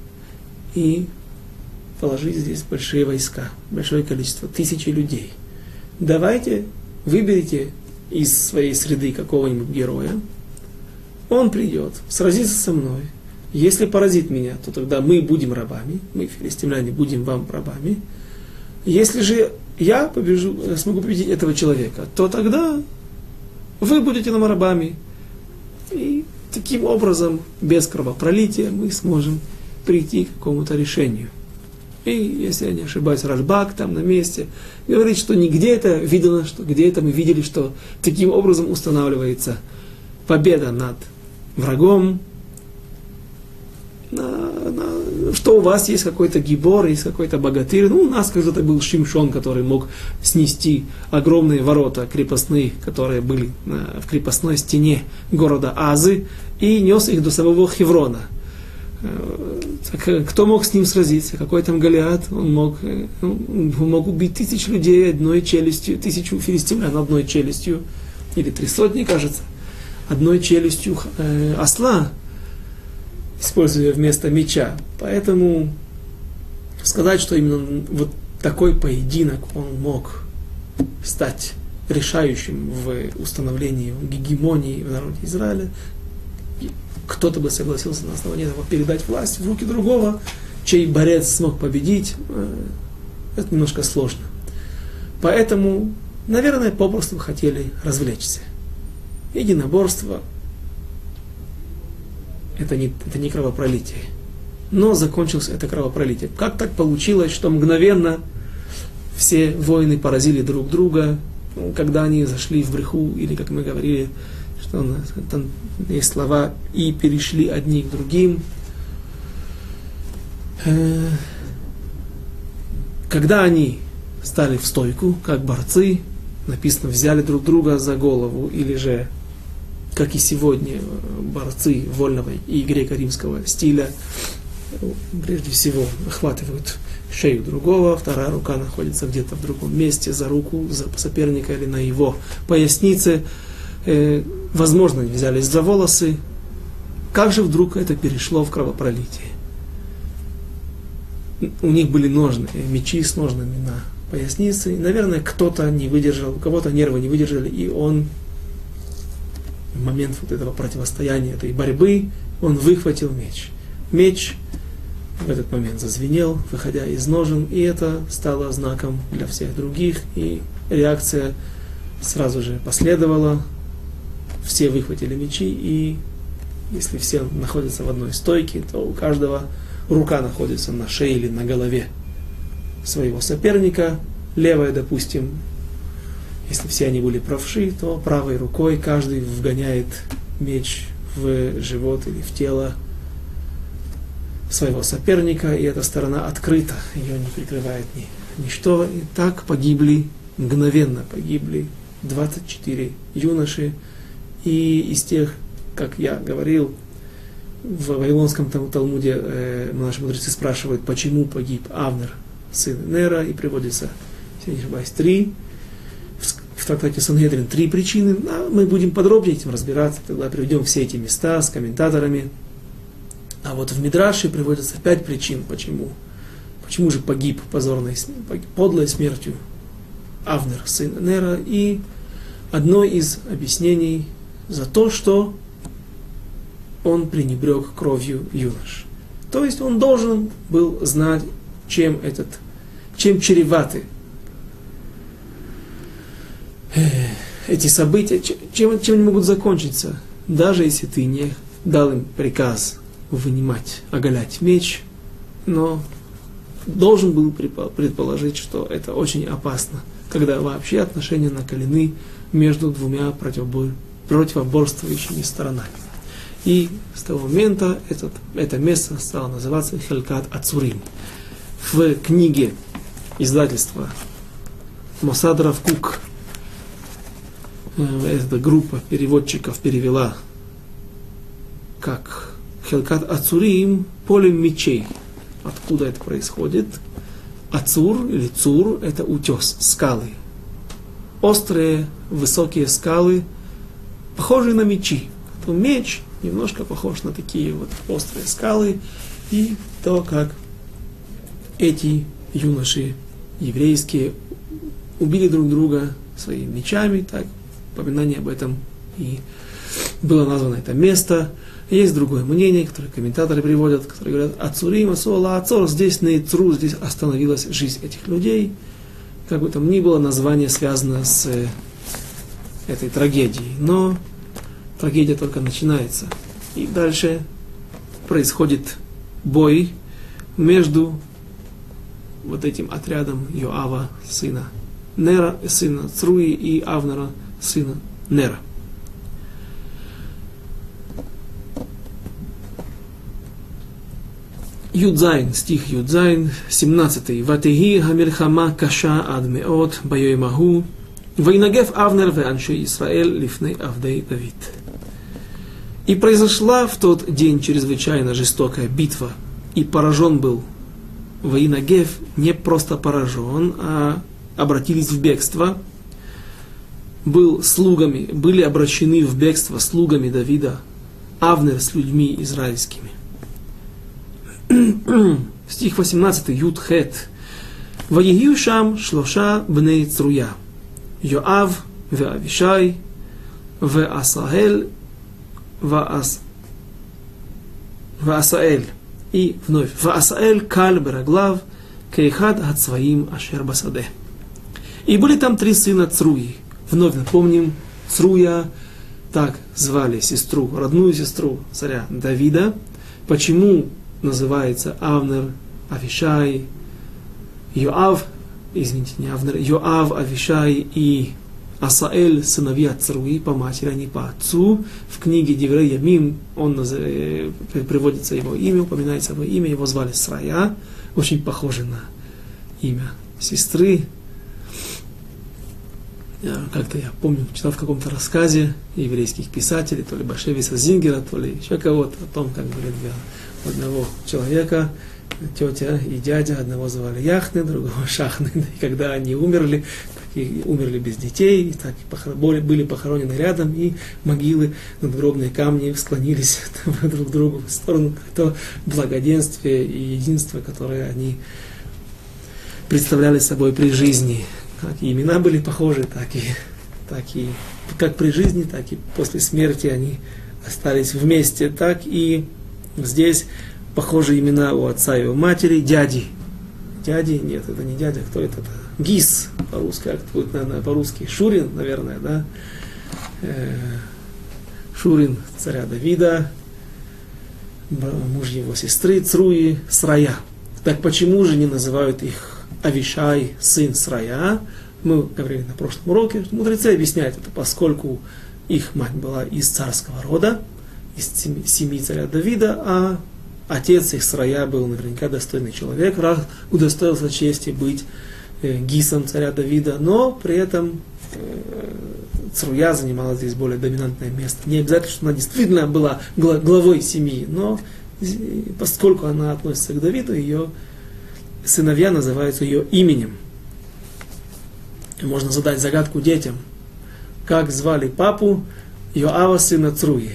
и положить здесь большие войска, большое количество, тысячи людей. Давайте выберите из своей среды какого-нибудь героя, он придет, сразится со мной. Если поразит меня, то тогда мы будем рабами, мы, филистимляне, будем вам рабами. Если же я побежу, смогу победить этого человека, то тогда вы будете нам рабами. И таким образом, без кровопролития, мы сможем прийти к какому-то решению. И, если я не ошибаюсь, Рашбак там на месте говорит, что нигде это видно, что где это мы видели, что таким образом устанавливается победа над врагом, на, на, что у вас есть какой-то гибор, есть какой-то богатырь. Ну, у нас когда-то был Шимшон, который мог снести огромные ворота крепостные, которые были на, в крепостной стене города Азы, и нес их до самого Хеврона. Кто мог с ним сразиться? Какой там Голиат? Он мог, он мог убить тысяч людей одной челюстью, тысячу филистимлян одной челюстью, или три сотни, кажется, одной челюстью э, осла, используя вместо меча. Поэтому сказать, что именно вот такой поединок он мог стать решающим в установлении гегемонии в народе Израиля, кто-то бы согласился на основании этого передать власть в руки другого, чей борец смог победить, это немножко сложно. Поэтому, наверное, попросту хотели развлечься. Единоборство это не, это не кровопролитие. Но закончилось это кровопролитие. Как так получилось, что мгновенно все воины поразили друг друга, когда они зашли в бреху, или, как мы говорили, что там есть слова, и перешли одни к другим. Когда они стали в стойку, как борцы, написано, взяли друг друга за голову, или же, как и сегодня, борцы вольного и греко-римского стиля, прежде всего, охватывают шею другого, вторая рука находится где-то в другом месте, за руку за соперника или на его пояснице. Э, возможно, они взялись за волосы. Как же вдруг это перешло в кровопролитие? У них были ножны, мечи с ножнами на пояснице. И, наверное, кто-то не выдержал, у кого-то нервы не выдержали, и он в момент вот этого противостояния, этой борьбы, он выхватил меч. Меч в этот момент зазвенел, выходя из ножен, и это стало знаком для всех других, и реакция сразу же последовала. Все выхватили мечи, и если все находятся в одной стойке, то у каждого рука находится на шее или на голове своего соперника. Левая, допустим, если все они были правши, то правой рукой каждый вгоняет меч в живот или в тело своего соперника, и эта сторона открыта, ее не прикрывает ни, ничто. И так погибли, мгновенно погибли двадцать четыре юноши. И из тех, как я говорил, в Вавилонском Талмуде э, наши мудрецы спрашивают, почему погиб Авнер, сын Нера, и приводится, если не ошибаюсь, три, в, в трактате Сангедрин три причины. А мы будем подробнее этим разбираться, тогда приведем все эти места с комментаторами. А вот в Мидраше приводятся пять причин, почему. Почему же погиб позорной, подлой смертью Авнер, сын Нера. И одно из объяснений за то, что он пренебрег кровью юнош. То есть он должен был знать, чем, этот, чем чреваты эти события, чем, чем они могут закончиться. Даже если ты не дал им приказ вынимать, оголять меч, но должен был предположить, что это очень опасно, когда вообще отношения накалены между двумя противоборствующими сторонами. И с того момента этот, это место стало называться Хелькат Ацурим. В книге издательства Мосад Рав Кук эта группа переводчиков перевела как Хелькат Ацурим, поле мечей. Откуда это происходит? Ацур или Цур – это утес, скалы. Острые, высокие скалы, похожие на мечи. То меч немножко похож на такие вот острые скалы. И то, как эти юноши еврейские убили друг друга своими мечами, так упоминание об этом и было названо это место. Есть другое мнение, которое комментаторы приводят, которые говорят, Ацурим, Асуала, Ацор, здесь на Ицру, здесь остановилась жизнь этих людей. Как бы там ни было, название связано с этой трагедией. Но трагедия только начинается. И дальше происходит бой между вот этим отрядом Йоава, сына Нера, сына Цруи, и Авнера, сына Нера. Юдзайн, стих Юдзайн, семнадцатый. Ватеги хамильхама каша ад меот байоймаху, вайнагев Авнер ве аншей Исраэль лифней Авдей Давид. И произошла в тот день чрезвычайно жестокая битва, и поражен был Ваинагев, не просто поражен, а обратились в бегство, был слугами, были обращены в бегство слугами Давида, Авнер с людьми израильскими. Стих восемнадцатый, Юд Хет. Ваегию шам шлоша бней Цруя, Йоав ве Авишай ве Асаэль ве Асаэль. И вновь Ваасаэль каль бераглав кейхад хацваим ашер басаде. И были там три сына Цруи. Вновь напомним, Цруя так звали сестру, родную сестру царя Давида. Почему называется Авнер, Авишай, Йоав, извините, не Авнер, Йоав, Авишай и Асаэль, сыновья Цруи, по матери, а не по отцу. В книге Деврей Ямим он назов... приводится его имя, упоминается его имя, его звали Срая, очень похоже на имя сестры. Как-то я помню, читал в каком-то рассказе еврейских писателей, то ли Башевиса Зингера, то ли еще кого-то, о том, как были у одного человека тетя и дядя, одного звали Яхны, другого Шахны, и когда они умерли, так и умерли без детей, и так и похор... были похоронены рядом, и могилы, надгробные камни склонились друг к другу в сторону того благоденствия и единства, которое они представляли собой при жизни. Как и имена были похожи, так и, так и как при жизни, так и после смерти они остались вместе. Так и здесь похожи имена у отца и у матери. Дяди. Дяди? Нет, это не дядя. Кто это? Это Гис по-русски. Как это будет, наверное, по-русски? Шурин, наверное, да? Шурин царя Давида, муж его сестры Цруи, Срая. Так почему же не называют их Авишай, сын Срая? Мы говорили на прошлом уроке, что мудрецы объясняют это, поскольку их мать была из царского рода, из семьи царя Давида, а отец их Срая был наверняка достойный человек, раз удостоился чести быть э, гисом царя Давида, но при этом э, Цруя занимала здесь более доминантное место. Не обязательно, что она действительно была главой семьи, но поскольку она относится к Давиду, ее сыновья называются ее именем. Можно задать загадку детям. Как звали папу Йоава, сына Цруи?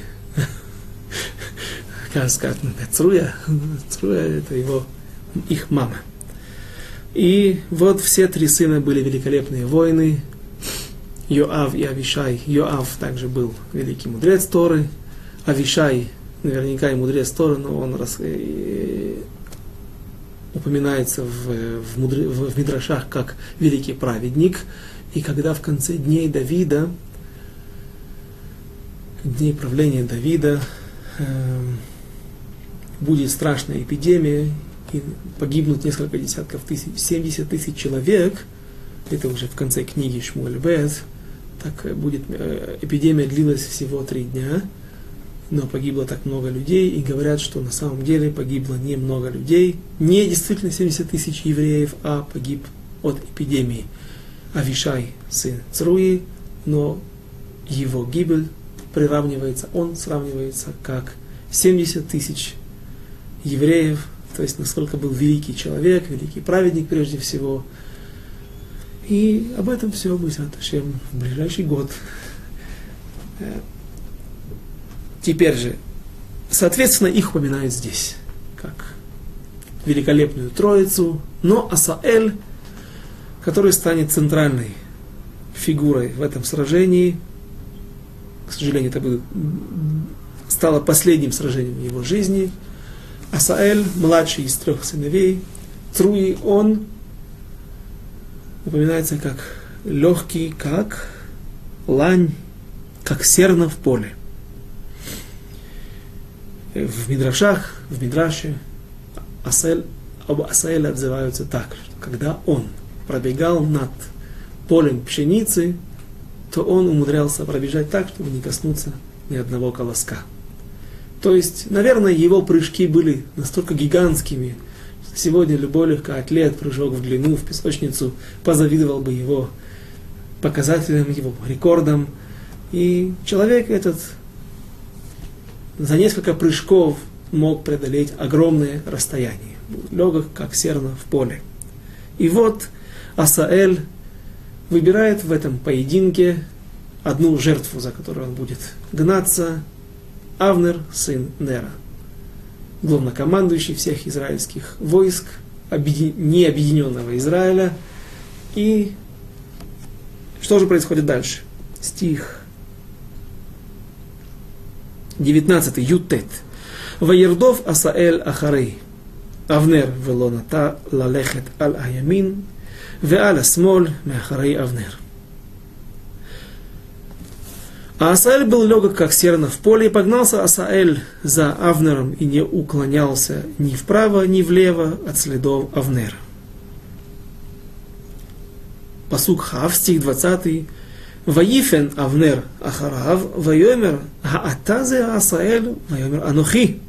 Как сказать, Цруя? Цруя это его, их мама. И вот все три сына были великолепные воины. Йоав и Авишай. Йоав также был великий мудрец Торы. Авишай наверняка и мудрец Торы, но он рас... упоминается в, в, мудр... в Мидрашах как великий праведник. И когда в конце дней Давида, дней правления Давида, э, будет страшная эпидемия, и погибнут несколько десятков тысяч, семьдесят тысяч человек, это уже в конце книги Шмуэль Бет, так будет, э, эпидемия длилась всего три дня, но погибло так много людей, и говорят, что на самом деле погибло не много людей, не действительно семьдесят тысяч евреев, а погиб от эпидемии Авишай, сын Цруи, но его гибель приравнивается, он сравнивается как семьдесят тысяч евреев, то есть насколько был великий человек, великий праведник прежде всего. И об этом все будет в ближайший год. Теперь же, соответственно, их упоминают здесь, как великолепную троицу, но Асаэль, который станет центральной фигурой в этом сражении, к сожалению, это было, стало последним сражением в его жизни. Асаэль, младший из трех сыновей, Цруи, он упоминается как легкий, как лань, как серна в поле. В Мидрашах, в Мидраше Асаэль, об Асаэле отзываются так, что когда он пробегал над полем пшеницы, то он умудрялся пробежать так, чтобы не коснуться ни одного колоска. То есть, наверное, его прыжки были настолько гигантскими, что сегодня любой легкоатлет, прыжок в длину, в песочницу, позавидовал бы его показателям, его рекордам. И человек этот за несколько прыжков мог преодолеть огромное расстояние. Легок, как серна в поле. И вот Асаэль выбирает в этом поединке одну жертву, за которую он будет гнаться. Авнер, сын Нера, главнокомандующий всех израильских войск, объедин... необъединенного Израиля. И что же происходит дальше? Стих девятнадцатый, Ютет. Ваердов Асаэль Ахарей. Авнер велоната лалехет аль аямин, ве аль асмоль меахарей Авнер. А Асаэль был легок, как серна в поле, и погнался Асаэль за Авнером, и не уклонялся ни вправо, ни влево от следов Авнера. Пасук Хав, стих двадцатый. Ваифен Авнер Ахарав, Вайомер Хаатазе Асаэль, Вайомер Анухи.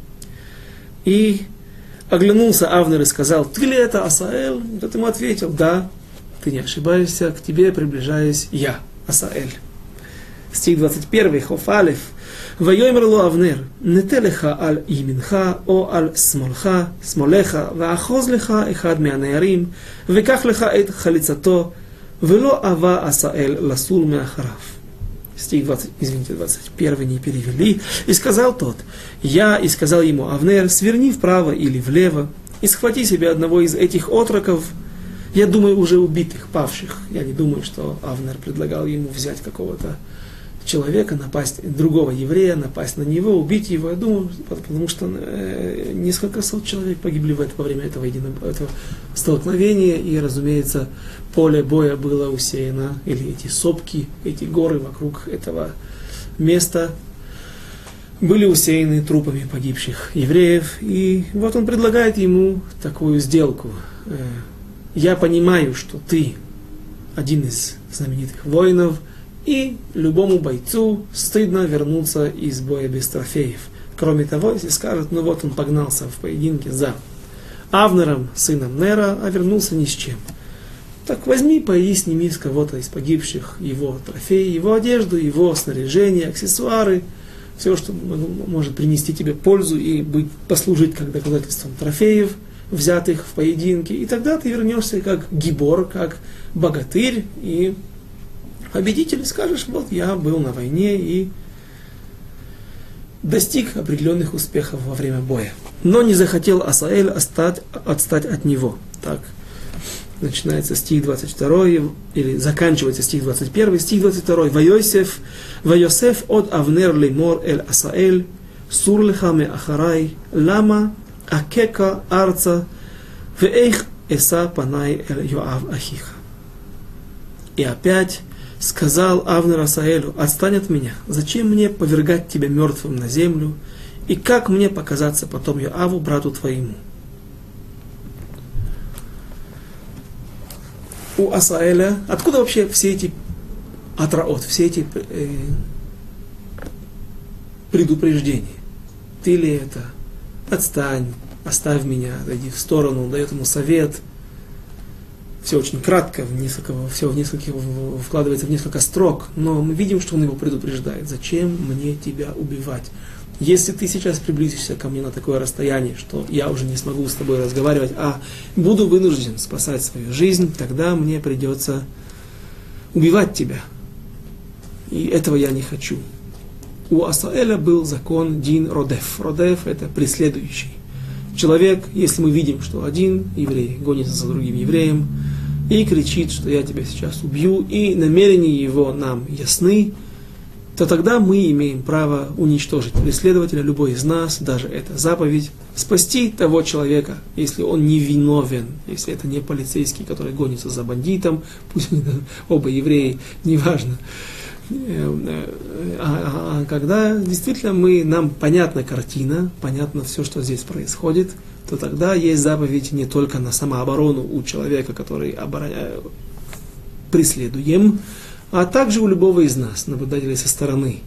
И оглянулся Авнер и сказал: ты ли это, Асаэль? И тот ему ответил: да, ты не ошибаешься, к тебе приближаюсь я, Асаэль. Стих двадцать один, Хоф Алеф. Вайомер ло Авнер, нетелеха аль иминха, о аль смолха, смолеха, ваахоз леха эхад меанеарим, веках леха эт халицато, вело ава Асаэль ласул меахарав. Стих двадцать, извините, двадцать один не перевели. И сказал тот: я, и сказал ему Авнер: сверни вправо или влево, и схвати себе одного из этих отроков, я думаю, уже убитых, павших. Я не думаю, что Авнер предлагал ему взять какого-то человека, напасть, другого еврея, напасть на него, убить его. Я думаю, потому что э, несколько сот человек погибли в это, во время этого, единого, этого столкновения, и, разумеется, поле боя было усеяно, или эти сопки, эти горы вокруг этого места были усеяны трупами погибших евреев. И вот он предлагает ему такую сделку. Я понимаю, что ты один из знаменитых воинов, и любому бойцу стыдно вернуться из боя без трофеев. Кроме того, если скажут: ну вот он погнался в поединке за Авнером, сыном Нера, а вернулся ни с чем. Так возьми, поеди, сними с кого-то из погибших его трофеи, его одежду, его снаряжение, аксессуары, все, что может принести тебе пользу и быть, послужить как доказательством трофеев, взятых в поединке. И тогда ты вернешься как гибор, как богатырь, и победитель, скажешь: вот я был на войне и достиг определенных успехов во время боя. Но не захотел Асаэль отстать, отстать от него. Так начинается стих двадцать второй, или заканчивается стих двадцать первый, стих двадцать второй. Вайосеф, Вайосеф от Авнер леймор эль Асаэль, сур леха ме ахарай, лама акека арца, веэйх эса панай эль Йоав ахиха. И опять сказал Авнер Асаэлю: отстань от меня, зачем мне повергать тебя мертвым на землю, и как мне показаться потом Йоаву, брату твоему? У Асаэля, откуда вообще все эти атраот, все эти э, предупреждения? Ты ли это? Отстань, оставь меня, отойди в сторону, он дает ему совет. Все очень кратко, в несколько, все в нескольких, вкладывается в несколько строк, но мы видим, что он его предупреждает. Зачем мне тебя убивать? Если ты сейчас приблизишься ко мне на такое расстояние, что я уже не смогу с тобой разговаривать, а буду вынужден спасать свою жизнь, тогда мне придется убивать тебя. И этого я не хочу. У Асаэля был закон дин родеф. Родеф — это преследующий. Человек, если мы видим, что один еврей гонится за другим евреем и кричит, что я тебя сейчас убью, и намерения его нам ясны, то тогда мы имеем право уничтожить преследователя, любой из нас, даже это заповедь, спасти того человека, если он не виновен, если это не полицейский, который гонится за бандитом, пусть оба евреи, неважно. А, а, а когда действительно мы, нам понятна картина, понятно все, что здесь происходит, то тогда есть заповедь не только на самооборону у человека, который обороня... преследуем, а также у любого из нас, наблюдателей со стороны.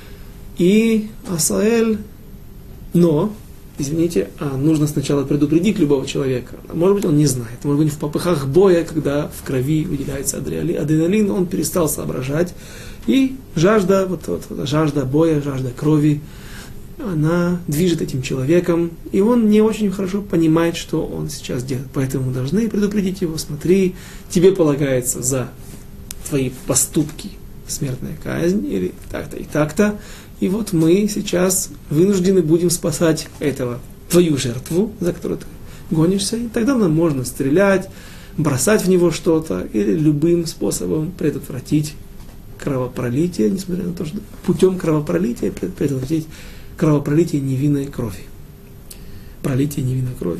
И Асаэль, но, извините, а нужно сначала предупредить любого человека. Может быть, он не знает. Может быть, в попыхах боя, когда в крови выделяется адреналин, он перестал соображать. И жажда, вот, вот, вот, жажда боя, жажда крови, она движет этим человеком, и он не очень хорошо понимает, что он сейчас делает. Поэтому мы должны предупредить его: смотри, тебе полагается за твои поступки смертная казнь, или так-то и так-то, и вот мы сейчас вынуждены будем спасать этого, твою жертву, за которую ты гонишься, и тогда нам можно стрелять, бросать в него что-то, или любым способом предотвратить кровопролитие, несмотря на то, что путем кровопролития предотвратить кровопролитие невинной крови. Пролитие невинной крови.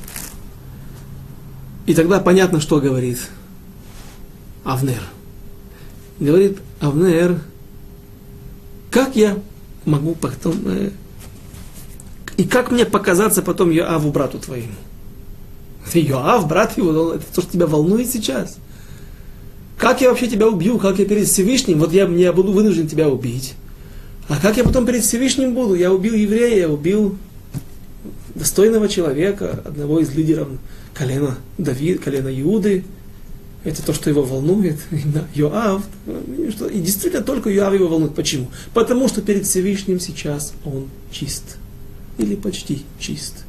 И тогда понятно, что говорит Авнер. говорит Авнер, как я могу потом, э, и как мне показаться потом Йоаву, брату твоему? Йоав, брат его, это то, что тебя волнует сейчас. Как я вообще тебя убью, как я перед Всевышним, вот я, я буду вынужден тебя убить. А как я потом перед Всевышним буду? Я убил еврея, я убил достойного человека, одного из лидеров колена Давида, колена Иуды. Это то, что его волнует. Йоав. И действительно только Йоав его волнует. Почему? Потому что перед Всевышним сейчас он чист. Или почти чист.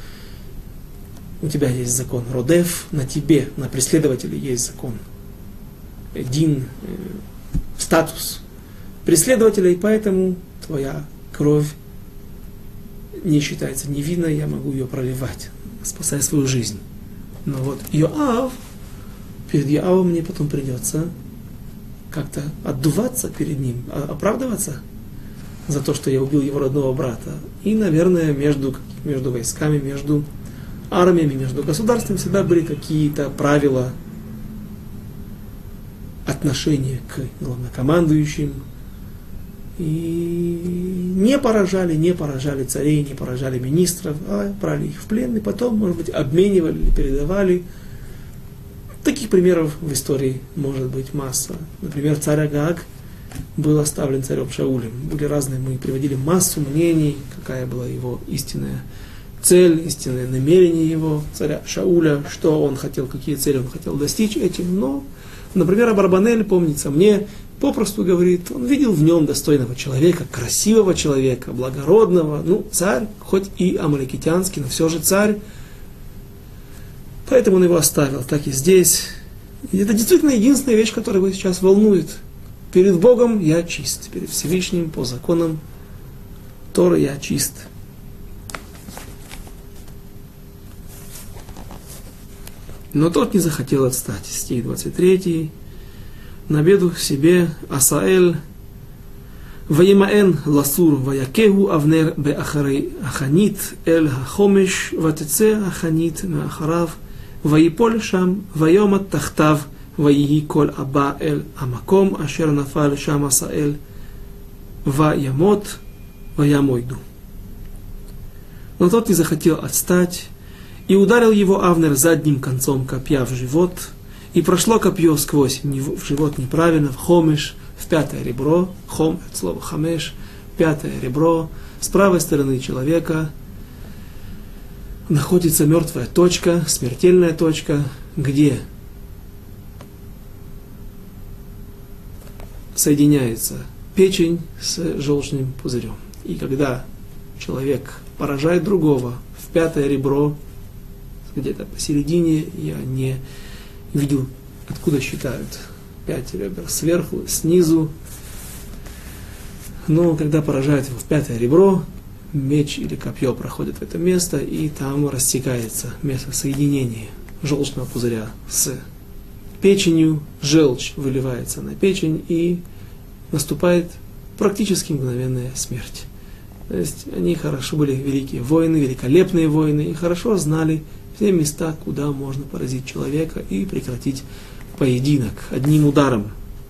У тебя есть закон Родеф, на тебе, на преследователе есть закон. Дин, э, статус преследователя, и поэтому твоя кровь не считается невинной, я могу ее проливать, спасая свою жизнь. Но вот Йоав, перед Йоавом мне потом придется как-то отдуваться перед ним, оправдываться за то, что я убил его родного брата. И, наверное, между, между войсками, между армиями, между государствами всегда были какие-то правила отношения к главнокомандующим. И не поражали, не поражали царей, не поражали министров, а брали их в плен и потом, может быть, обменивали, передавали. Таких примеров в истории может быть масса. Например, царь Агаг был оставлен царем Шаулем. Были разные, мы приводили массу мнений, какая была его истинная цель, истинное намерение его, царя Шауля, что он хотел, какие цели он хотел достичь этим. Но, например, Абарбанель, помнится мне, попросту говорит, он видел в нем достойного человека, красивого человека, благородного, ну, царь, хоть и амаликитянский, но все же царь. Поэтому он его оставил, так и здесь. И это действительно единственная вещь, которая его сейчас волнует. Перед Богом я чист, перед Всевышним, по законам Торы я чист. Но тот не захотел отстать. Стих двадцать три. На беду себе Асаэль Ваимаэн ласур ваякеху Авнер беахарей аханит эль хахомеш ватеце аханит меахарав ваиполь шам вайомат тахтав ваиги коль аба эль амаком ашер нафаль шам Асаэль ваямот ваямойду. Но тот не захотел отстать, и ударил его Авнер задним концом копья в живот, и прошло копье сквозь в живот неправильно, в хомеш, в пятое ребро, хом, это слово хамеш, пятое ребро, с правой стороны человека находится мертвая точка, смертельная точка, где соединяется печень с желчным пузырем. И когда человек поражает другого в пятое ребро, где-то посередине, я не видел, откуда считают пять ребер, сверху, снизу. Но когда поражают его в пятое ребро, меч или копье проходит в это место, и там рассекается место соединения желчного пузыря с печенью, желчь выливается на печень, и наступает практически мгновенная смерть. То есть они хорошо были великие воины, великолепные воины, и хорошо знали все места, куда можно поразить человека и прекратить поединок одним ударом.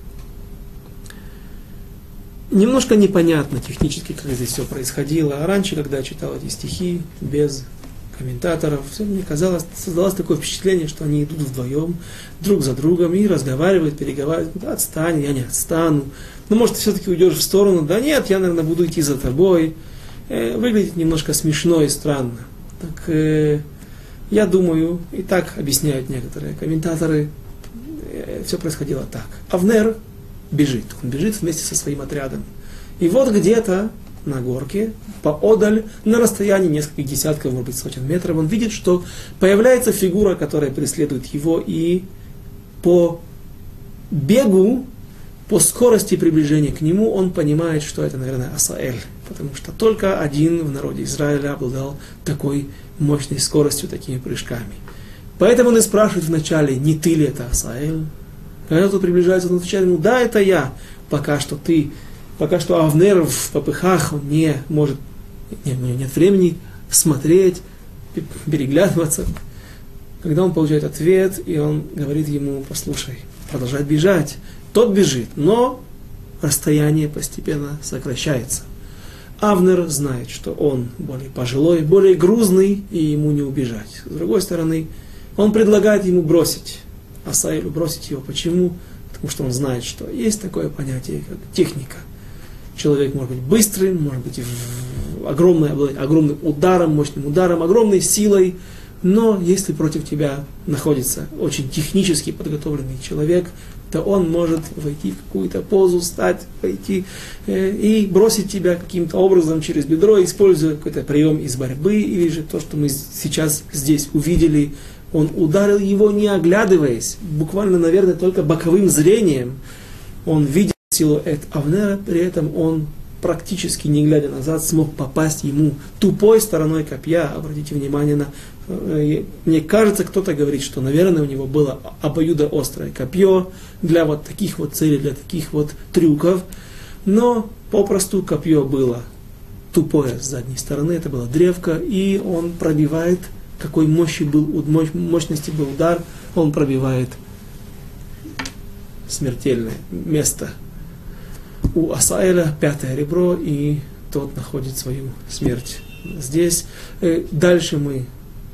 Немножко непонятно технически, как здесь все происходило. А раньше, когда я читал эти стихи без комментаторов, все мне казалось, создалось такое впечатление, что они идут вдвоем, друг за другом, и разговаривают, переговаривают. Да, отстань, я не отстану. Ну, может, ты все-таки уйдешь в сторону. Да нет, я, наверное, буду идти за тобой. Э, выглядит немножко смешно и странно. Так, э, я думаю, и так объясняют некоторые комментаторы, э, все происходило так. Авнер бежит, он бежит вместе со своим отрядом. И вот где-то на горке, поодаль, на расстоянии нескольких десятков, может быть, сотен метров, он видит, что появляется фигура, которая преследует его, и по бегу, по скорости приближения к нему, он понимает, что это, наверное, Асаэль, потому что только один в народе Израиля обладал такой мощной скоростью, такими прыжками. Поэтому он и спрашивает вначале, не ты ли это Асаэль? Когда тот приближается, он отвечает ему, да, это я, пока что ты, пока что Авнер в попыхах, он не может, не, у него нет времени смотреть, переглядываться. Когда он получает ответ, и он говорит ему, послушай, продолжает бежать. Тот бежит, но расстояние постепенно сокращается. Авнер знает, что он более пожилой, более грузный, и ему не убежать. С другой стороны, он предлагает ему бросить Асаэлю, бросить его. Почему? Потому что он знает, что есть такое понятие, как техника. Человек может быть быстрым, может быть огромным, огромным ударом, мощным ударом, огромной силой, но если против тебя находится очень технически подготовленный человек, то он может войти в какую-то позу, встать, войти э, и бросить тебя каким-то образом через бедро, используя какой-то прием из борьбы, или же то, что мы сейчас здесь увидели, он ударил его, не оглядываясь, буквально, наверное, только боковым зрением. Он видел силуэт Авнера, при этом он практически не глядя назад смог попасть ему тупой стороной копья. Обратите внимание на... Мне кажется, кто-то говорит, что, наверное, у него было обоюдоострое копье для вот таких вот целей, для таких вот трюков. Но попросту копье было тупое с задней стороны, это была древко, и он пробивает, какой мощи был, мощности был удар, он пробивает смертельное место у Асаэля, пятое ребро, и тот находит свою смерть здесь. Дальше мы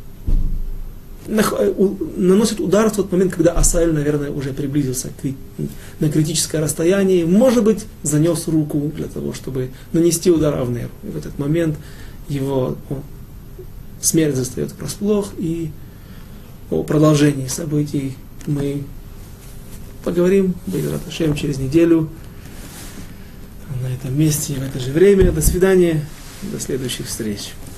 наносит удар в тот момент, когда Асаэль, наверное, уже приблизился на критическое расстояние, может быть, занес руку для того, чтобы нанести удар Авнеру. И в этот момент его он, смерть застает врасплох, и о продолжении событий мы поговорим, Бейзрат Ашем, через неделю на этом месте и в это же время. До свидания, до следующих встреч.